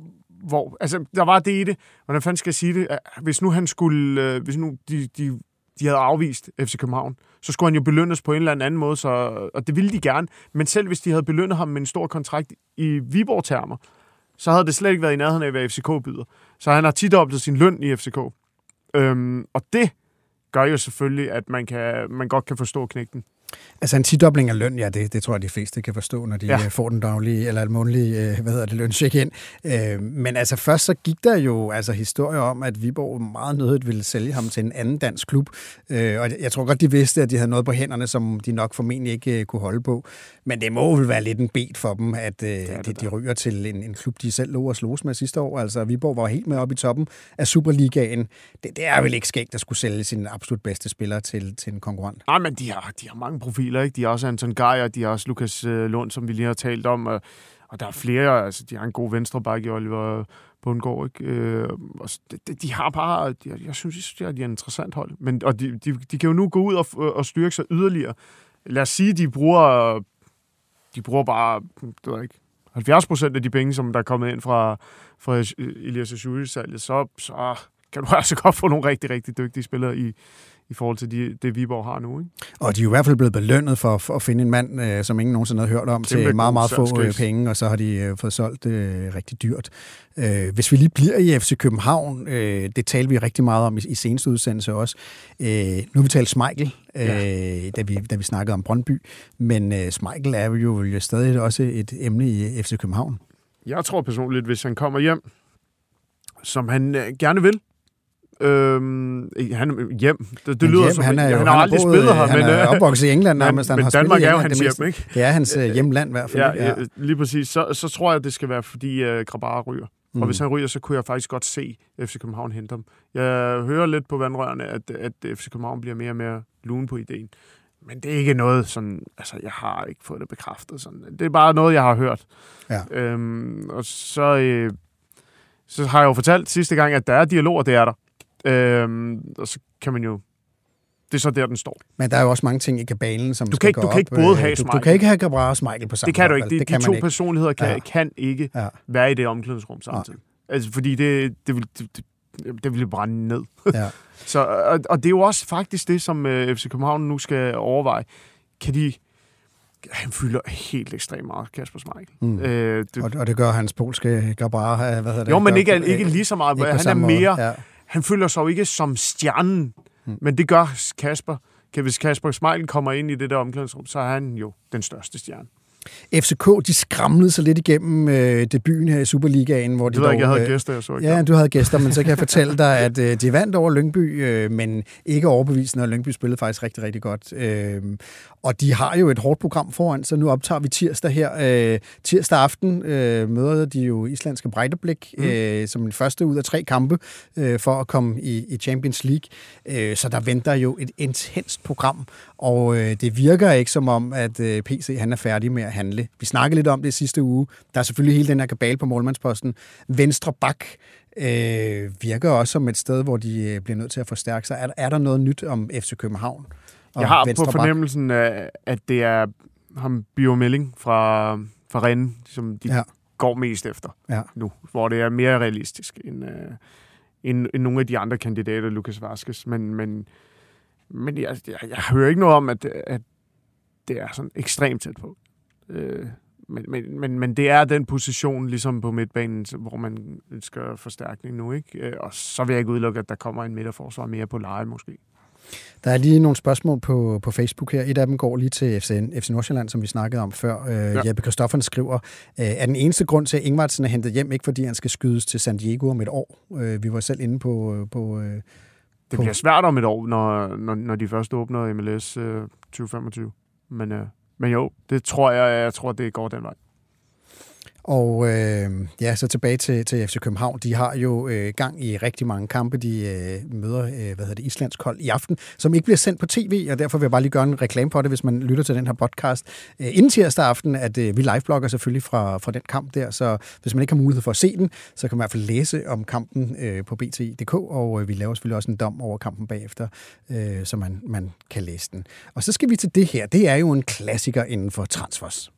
hvor altså, der var det i det. Hvordan fanden skal jeg sige det? Hvis nu han skulle, hvis nu de de havde afvist FC København, så skulle han jo belønnes på en eller anden måde, og det ville de gerne. Men selv hvis de havde belønnet ham med en stor kontrakt i Viborg-termer, så havde det slet ikke været i nærheden af, hvad FCK byder. Så han har tidoblet sin løn i FCK. Og det gør jo selvfølgelig, at man godt kan forstå knægten. Altså en tidobling af løn, ja, det tror jeg, de fleste kan forstå, når de får den daglige, eller månedlige, løncheck ind. Men altså først så gik der jo altså historier om, at Viborg meget nødigt ville sælge ham til en anden dansk klub. Og jeg tror godt, de vidste, at de havde noget på hænderne, som de nok formentlig ikke kunne holde på. Men det må vel være lidt en bet for dem, at de ryger til en klub, de selv lå og slogs med sidste år. Altså Viborg var helt med op i toppen af Superligaen. Det er vel ikke skægt at skulle sælge sine absolut bedste spillere til en konkurrent. Nej, men de har mange profiler, ikke? De har også Anton Geier, de har også Lukas Lund, som vi lige har talt om, og der er flere, altså de har en god venstreback i Oliver Bundgaard, ikke? De har bare, jeg synes, de har et interessant hold, men, og de kan jo nu gå ud og styrke sig yderligere. Lad os sige, de bruger bare, det ved ikke, 70% af de penge, som der er kommet ind fra Elias Achoui-salget, så kan du altså godt få nogle rigtig, rigtig dygtige spillere i forhold til det Viborg har nu, ikke? Og de er jo i hvert fald blevet belønnet for at finde en mand, som ingen nogensinde havde hørt om, til meget, meget få penge, og så har de fået solgt rigtig dyrt. Hvis vi lige bliver i FC København, det talte vi rigtig meget om i seneste udsendelse også. Nu har vi talt Schmeichel, da vi snakkede om Brøndby, men Schmeichel er jo stadig også et emne i FC København. Jeg tror personligt, hvis han kommer hjem, som han gerne vil, han hjem. Det lyder hjem, som han har aldrig spillet her, han er opvokset i England, men Danmark er jo hans hjem, ikke? Det er hans hjemland i hvert fald. Ja, lige præcis. Så tror jeg, at det skal være, fordi Grabara ryger. Og hvis han ryger, så kunne jeg faktisk godt se FC København hente ham. Jeg hører lidt på vandrørene, at FC København bliver mere og mere lune på ideen. Men det er ikke noget sådan, altså jeg har ikke fået det bekræftet sådan. Det er bare noget, jeg har hørt. Ja. Og så har jeg jo fortalt sidste gang, at der er dialoger, det er der. Og så kan man jo... Det er så der, den står. Men der er jo også mange ting i kabalen, som du kan ikke både have Schmeichel. Du kan ikke have Grabara og Schmeichel på samme. Det kan du ikke. De to ikke. personligheder kan ikke være i det omklædningsrum samtidig. Altså, fordi det vil brænde ned. Ja. Så, og det er jo også faktisk det, som FC København nu skal overveje. Kan de... Han fylder helt ekstremt meget, Kasper Schmeichel. Og det gør hans polske Grabara. Jo, men ikke lige så meget. Han er mere... Ja. Han føler sig jo ikke som stjernen, men det gør Kasper. Hvis Kasper Schmeichel kommer ind i det der omklædningsrum, så er han jo den største stjerne. FCK, de skramlede sig lidt igennem debuten her i Superligaen, hvor de jeg havde gæster, jeg så ikke. Ja, du havde gæster, men så kan jeg fortælle dig, at de vandt over Lyngby, men ikke overbevisende, og Lyngby spillede faktisk rigtig, rigtig godt. Og de har jo et hårdt program foran, så nu optager vi tirsdag her. Tirsdag aften møder de jo islandske Breiðablik som den første ud af 3 kampe for at komme i Champions League. Så der venter jo et intenst program, og det virker ikke som om, at PC han er færdig med at handle. Vi snakkede lidt om det sidste uge. Der er selvfølgelig hele den her kabale på målmandsposten. Venstre bak virker også som et sted, hvor de bliver nødt til at forstærke sig. Er der noget nyt om FC København? Jeg har på fornemmelsen, at det er ham Bio Melling fra Rennes, som de går mest efter nu, hvor det er mere realistisk end nogle af de andre kandidater, Lucas Vazquez. Men jeg hører ikke noget om, at det er sådan ekstremt tæt på. Men det er den position, ligesom på midtbanen, hvor man ønsker forstærkning nu, ikke? Og så vil jeg ikke udelukke, at der kommer en midterforsvar mere på leje, måske. Der er lige nogle spørgsmål på Facebook her. Et af dem går lige til FC Nordsjælland, som vi snakkede om før. Jeppe Christoffer skriver, er den eneste grund til, at Ingvartsen er hentet hjem, ikke fordi han skal skydes til San Diego om et år? Vi var selv inde på det bliver svært om et år, når de først åbner MLS 2025. Men jo, det tror jeg tror, det går den vej. Og så tilbage til FC København. De har jo gang i rigtig mange kampe. De møder islandsk hold i aften, som ikke bliver sendt på tv, og derfor vil jeg bare lige gøre en reklame på det, hvis man lytter til den her podcast. Inden tirsdag aften, at vi liveblogger selvfølgelig fra den kamp der, så hvis man ikke har mulighed for at se den, så kan man i hvert fald læse om kampen på bt.dk, og vi laver selvfølgelig også en dom over kampen bagefter, så man kan læse den. Og så skal vi til det her. Det er jo en klassiker inden for transfers.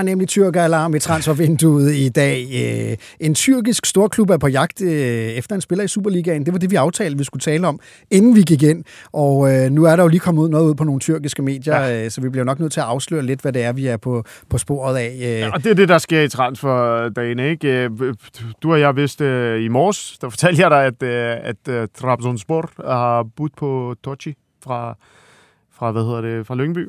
er nemlig tyrkeralarm i transfervinduet i dag. En tyrkisk storklub er på jagt efter en spiller i Superligaen. Det var det, vi aftalte, vi skulle tale om, inden vi gik ind. Og nu er der jo lige kommet noget ud på nogle tyrkiske medier, så vi bliver nok nødt til at afsløre lidt, hvad det er, vi er på sporet af. Ja, og det er det, der sker i transferdagen, ikke? Du og jeg vidste i morges, der fortalte jeg dig, at Trabzonspor har budt på Tochi fra Lyngby.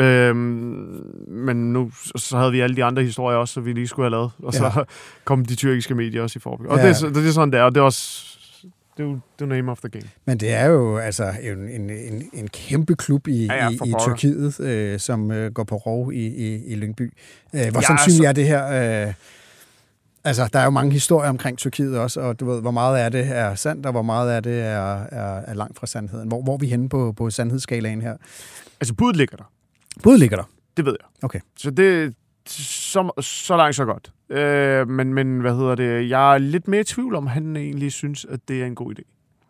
Men nu så havde vi alle de andre historier også, så vi lige skulle have lavet. Og så kom de tyrkiske medier også i forbi. Og det er sådan, det er. Og det er også det er jo name of the game. Men det er jo altså en kæmpe klub i Tyrkiet, som går på rov i Lyngby. Hvor sandsynligt er det her... Altså, der er jo mange historier omkring Tyrkiet også, og du ved, hvor meget af det er sandt, og hvor meget af det er langt fra sandheden. Hvor er vi henne på sandhedsskalaen her? Altså, budet ligger der. Budet ligger der? Det ved jeg. Okay. Så det så langt, så godt. Men hvad hedder det? Jeg er lidt mere i tvivl om, han egentlig synes, at det er en god idé.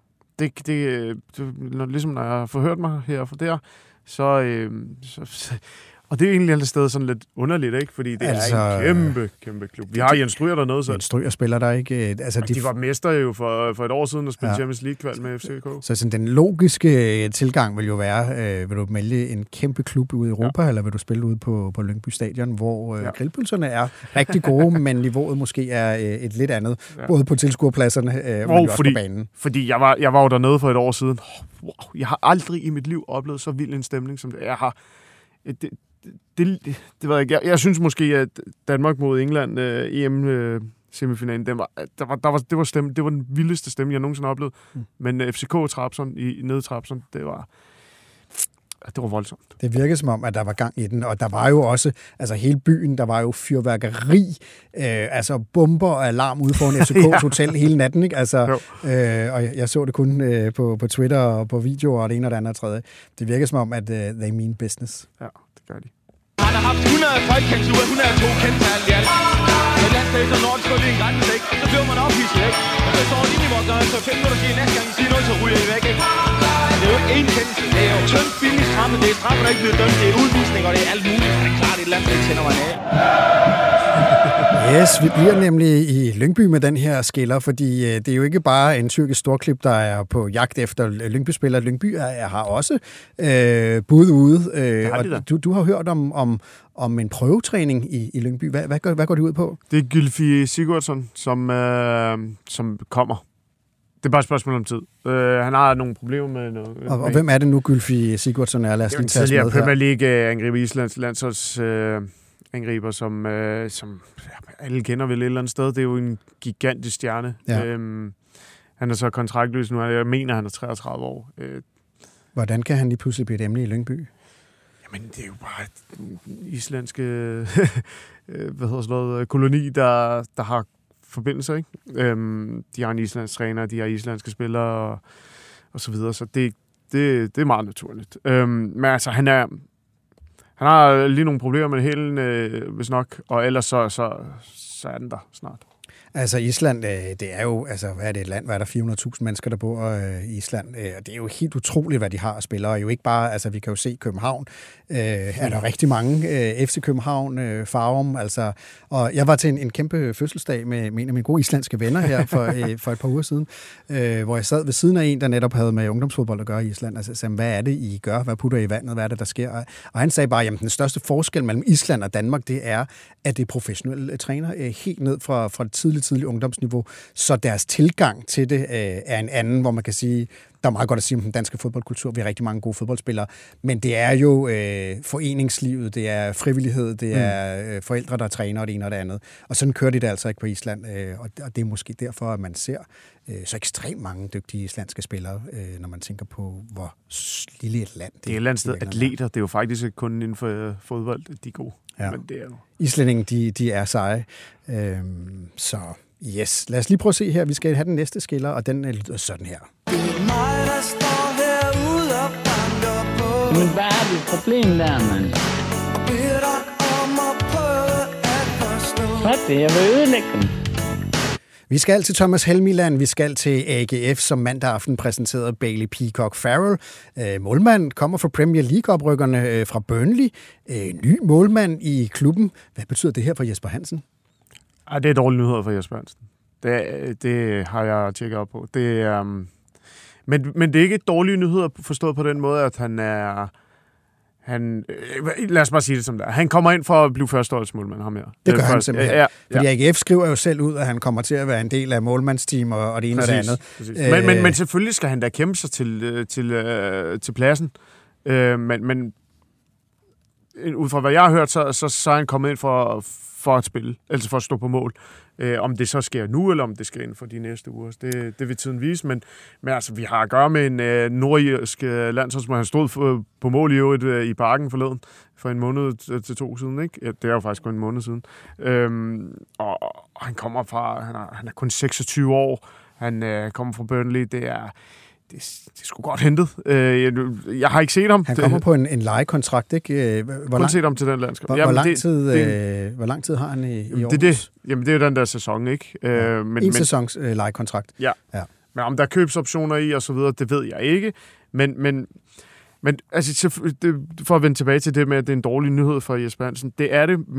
Det ligesom når jeg har forhørt mig her og der, så og det er egentlig et sted sådan lidt underligt, ikke? Fordi det er en kæmpe klub. Vi har Jens Stryger dernede. Så. Jens Stryger spiller der ikke. Altså, de var mester jo for et år siden og spille Champions League-kval med FCK. Så sådan, den logiske tilgang vil jo være, vil du melde en kæmpe klub ude i Europa, eller vil du spille ude på Lyngby Stadion, hvor grillpølserne er rigtig gode, men niveauet måske er et lidt andet, både på tilskuerpladserne og også på banen. Fordi jeg var jo dernede for et år siden. Wow, jeg har aldrig i mit liv oplevet så vild en stemning, som det jeg har. Det ved jeg ikke. Jeg synes måske, at Danmark mod England EM-semifinalen, det var den vildeste stemning, jeg nogensinde har oplevet. Men FCK Trabzon nede i Trabzon, det var voldsomt. Det virkede som om, at der var gang i den, og der var jo også, altså hele byen, der var jo fyrværkeri, altså bomber og alarm ude foran FCK's hotel hele natten, ikke? Altså, og jeg så det kun på Twitter og på videoer og det ene og det andet og tredje. Det virkede som om, at they mean business. Ja, det gør de. Han har haft 100 folkekendte 102 kendte alt i alt. Men landstæser, når den skulle lige en grænse, ikke? Så bliver man ophidset, ikke? Og så står lige i vores dør, så 5 minutter siger næste gang, I siger noget, så ryger I væk, ikke? Det er jo ikke én kendelse. Det er jo tyndt, billigt stramme. Det er straffe, der ikke bliver dømt. Det er udvisning, og det er alt muligt. Det er klart, et land, der ikke tænder mig af. Yes, vi bliver nemlig i Lyngby med den her skiller, fordi det er jo ikke bare en tyrkisk storklub, der er på jagt efter Lyngby-spillere. Lyngby har også bud ude. Og du har hørt om en prøvetræning i Lyngby. Hvad går det ud på? Det er Gylfi Sigurdsson, som kommer. Det er bare et spørgsmål om tid. Han har nogle problemer med noget. Og hvem er det nu, Gylfi Sigurdsson er? Lad os lige tage os med her. Premier League-angriber, Islands landsholdsangriber, som alle kender vel et eller andet sted. Det er jo en gigantisk stjerne. Ja. Han er så kontraktløs nu. Jeg mener, han er 33 år. Hvordan kan han lige pludselig blive et emne i Lyngby? Jamen, det er jo bare et islandske koloni, der har forbindelser, ikke? De har en islandsk træner, de har islandske spillere og så videre, så det er meget naturligt. Men altså, han har lige nogle problemer med hælen, hvis nok, og ellers så er den der snart. Altså Island, det er jo, altså hvad er det et land, hvad er der 400.000 mennesker, der bor i Island, og det er jo helt utroligt, hvad de har at spille, og jo ikke bare, altså vi kan jo se København, er der rigtig mange, FC København, Farum, altså, og jeg var til en kæmpe fødselsdag med en af mine gode islandske venner her for et par uger siden, hvor jeg sad ved siden af en, der netop havde med ungdomsfodbold at gøre i Island, altså sagde, hvad er det, I gør, hvad putter I i vandet, hvad er det, der sker, og han sagde bare, jamen den største forskel mellem Island og Danmark, det er, at det er professionelle træner, helt ned fra det tidlige ungdomsniveau, så deres tilgang til det er en anden, hvor man kan sige, der er meget godt at sige om den danske fodboldkultur, vi har rigtig mange gode fodboldspillere, men det er jo foreningslivet, det er frivillighed, det er forældre, der træner og det ene og det andet, og sådan kører de det altså ikke på Island, og det er måske derfor, at man ser så ekstremt mange dygtige islandske spillere, når man tænker på, hvor lille et land det er. Det er et eller andet sted atleter, det er jo faktisk kun inden for fodbold, de er gode. Ja. Men det er jo... Islændingen, de er seje. Så yes, lad os lige prøve at se her. Vi skal have den næste skiller, og den lyder sådan her. Men hvad er det problem der, mand? Hvad det? Jeg vil ødelægge dem. Vi skal til Thomas Helmiland, vi skal til AGF, som mandag aften præsenterede Bailey Peacock Farrell. Målmand kommer fra Premier League-oprykkerne fra Burnley. Ny målmand i klubben. Hvad betyder det her for Jesper Hansen? Det er dårlige nyheder for Jesper Hansen. Det har jeg tjekket op på. Men det er ikke dårlige nyheder forstået på den måde, at lad os bare sige det som det er. Han kommer ind for at blive førsteholdsmålmand, ham her. Det gør han simpelthen. Ja. Fordi AGF skriver jo selv ud, at han kommer til at være en del af målmandsteam og det ene og det andet. Men selvfølgelig skal han da kæmpe sig til pladsen. Men ud fra hvad jeg har hørt, så er han kommet ind for at spille, altså for at stå på mål. Om det så sker nu, eller om det sker inden for de næste uger, det vil tiden vise. Men altså, vi har at gøre med en nordirsk landsholdsmand. Han stod på mål i øvrigt i Parken forleden for en måned til 2 siden, ikke? Ja, det er jo faktisk kun en måned siden. Og han kommer fra, han er kun 26 år. Han kommer fra Burnley. Det er sgu godt hentet. Jeg har ikke set ham. Han kommer på en lejekontrakt, ikke? Kun set ham til den landskab. Hvor lang tid har han i år? Jamen, det er jo den der sæson, ikke? En sæsons lejekontrakt. Ja. Men om der er købsoptioner i og så videre, det ved jeg ikke. Men altså, for at vende tilbage til det med, at det er en dårlig nyhed for Jesper Hansen, det er det,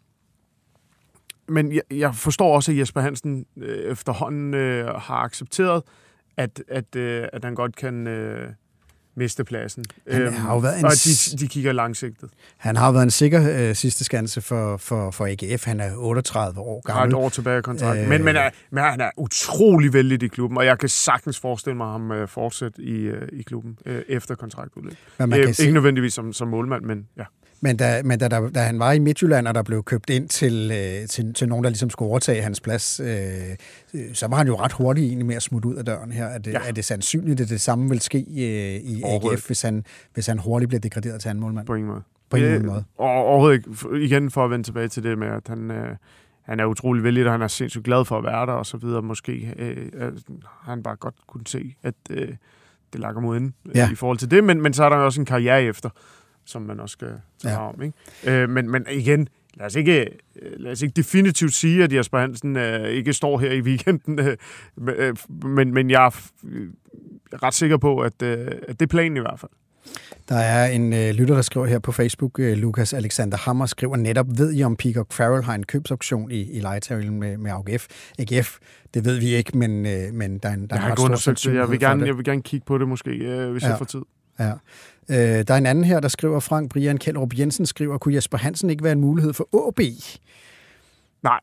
men jeg forstår også, at Jesper Hansen efterhånden har accepteret, at han godt kan miste pladsen. Og de kigger langsigtet. Han har været en sikker sidste skanse for AGF. Han er 38 år gammel. Har et år tilbage i kontrakten. Men han er utrolig vældig i klubben, og jeg kan sagtens forestille mig ham fortsætte i klubben efter kontraktudløb. Ikke nødvendigvis som målmand, men ja. Men da han var i Midtjylland, og der blev købt ind til nogen, der ligesom skulle overtage hans plads, så var han jo ret hurtigt egentlig med at smutte ud af døren her. Er det sandsynligt, at det samme vil ske i AGF, hvis han hurtigt bliver degraderet til anden målmand? På ingen måde. På ingen måde. Overhovedet ikke. Igen for at vende tilbage til det med, at han er utrolig vældig, og han er sindssygt glad for at være der, og så videre. Måske har han bare godt kunne se, at det lakker mod inden i forhold til det, men så er der også en karriere efter, som man også skal tage om, ikke? Men igen, lad os ikke definitivt sige, at Jesper Hansen ikke står her i weekenden, men jeg er ret sikker på, at det er planen i hvert fald. Der er en lytter, der skriver her på Facebook, Lukas Alexander Hammer, skriver netop, ved I om Peacock Farrell har en købsoption i lejetavlen med AGF? Det ved vi ikke, men der er en ret stor sandsynlighed for det. Jeg vil gerne kigge på det måske, hvis jeg får tid. Ja. Der er en anden her, der skriver, Frank Brian Kjeldrup Jensen skriver, kunne Jesper Hansen ikke være en mulighed for AB? Nej.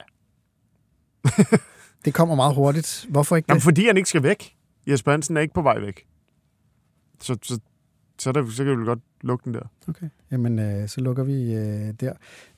Det kommer meget hurtigt. Hvorfor ikke det? Jamen, fordi han ikke skal væk. Jesper Hansen er ikke på vej væk. Så kan vi godt lukke den der. Okay, jamen så lukker vi der.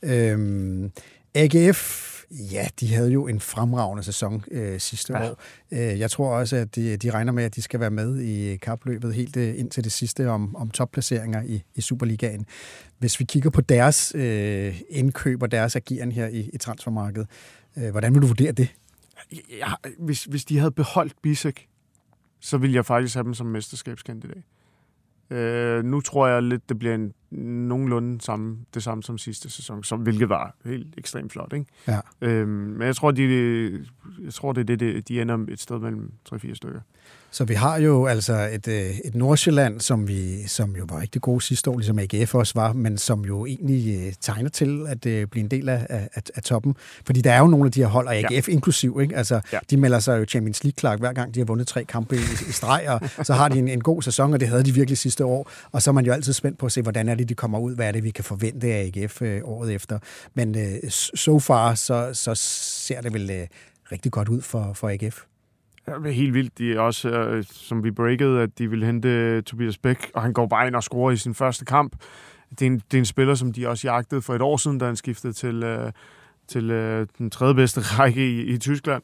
AGF, ja, de havde jo en fremragende sæson sidste år. Jeg tror også, at de regner med, at de skal være med i kapløbet helt ind til det sidste om topplaceringer i Superligaen. Hvis vi kigger på deres indkøb og deres ageren her i transfermarkedet, hvordan vil du vurdere det? Hvis de havde beholdt Bisek, så ville jeg faktisk have dem som mesterskabskandidat. Nu tror jeg lidt, det bliver nogenlunde det samme som sidste sæson, hvilket var helt ekstremt flot, ikke? Ja. Men jeg tror, det er det, de ender et sted mellem 3-4 stykker. Så vi har jo altså et Nordsjælland, som jo var rigtig gode sidste år, ligesom AGF også var, men som jo egentlig tegner til at blive en del af toppen. Fordi der er jo nogle af de her hold, og AGF inklusiv, ikke? Altså, de melder sig jo Champions League-klar hver gang, de har vundet 3 kampe i streg, og så har de en god sæson, og det havde de virkelig sidste år. Og så er man jo altid spændt på at se, hvordan er det, de kommer ud, hvad er det, vi kan forvente af AGF året efter. Men so far, så ser det vel rigtig godt ud for AGF. Det er helt vildt. De er også, som vi breakede, at de vil hente Tobias Bæk, og han går bare ind og scorer i sin første kamp. Det er en spiller, som de også jagtede for et år siden, da han skiftede til den 3. bedste række i Tyskland.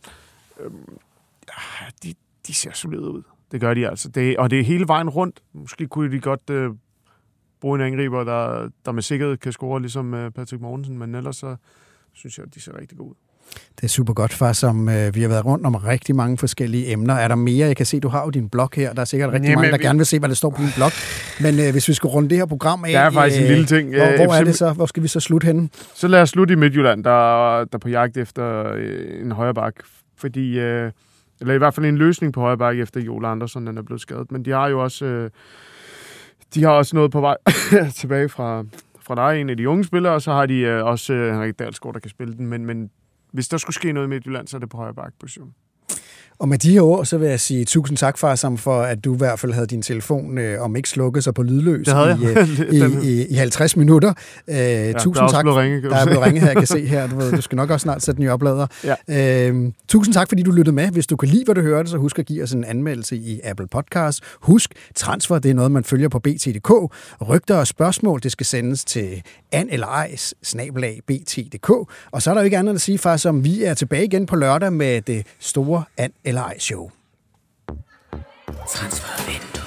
De ser solide ud. Det gør de altså. Og det er hele vejen rundt. Måske kunne de godt bruge en angriber, der med sikkerhed kan score, ligesom Patrick Mortensen, men ellers så synes jeg, at de ser rigtig gode ud. Det er super godt, far, som vi har været rundt om rigtig mange forskellige emner. Er der mere? Jeg kan se, du har jo din blog her. Der er sikkert rigtig mange, der gerne vil se, hvad der står på din blog. Men hvis vi skal runde det her program af... Der er faktisk en lille ting. Hvor er det så? Hvor skal vi så slutte henne? Så lad os slutte i Midtjylland, der er på jagt efter en højreback Fordi, eller i hvert fald en løsning på højre back, efter Joel Andersen er blevet skadet. Men de har jo også, noget på vej tilbage fra dig, en af de unge spillere, og så har de også Henrik Dalsgaard, der kan spille den. Men hvis der skulle ske noget i Midtjylland, så er det på højre back-position. Og med de her ord, så vil jeg sige tusind tak, Farsam, for at du i hvert fald havde din telefon, om ikke slukket sig på lydløs i 50 minutter. Tusind tak. Der er blevet ringet her, jeg kan se her. Du skal nok også snart sætte den i oplader. Ja. Tusind tak, fordi du lyttede med. Hvis du kan lide, hvad du hørte, så husk at give os en anmeldelse i Apple Podcast. Husk, transfer, det er noget, man følger på BT.dk. Rygter og spørgsmål, det skal sendes til an-eller-ej@bt.dk. Og så er der jo ikke andet at sige, Farsam, vi er tilbage igen på lørdag med det store An eller ej show. Transfervindue.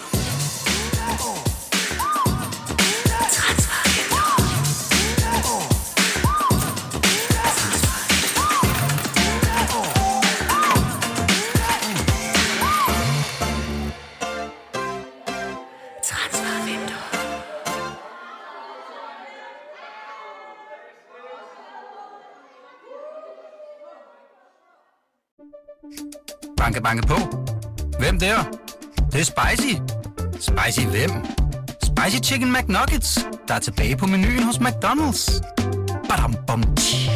Banke, banke på. Hvem der? Det er spicy. Spicy hvem? Spicy Chicken McNuggets, der er tilbage på menuen hos McDonald's. Badum, bom, tji.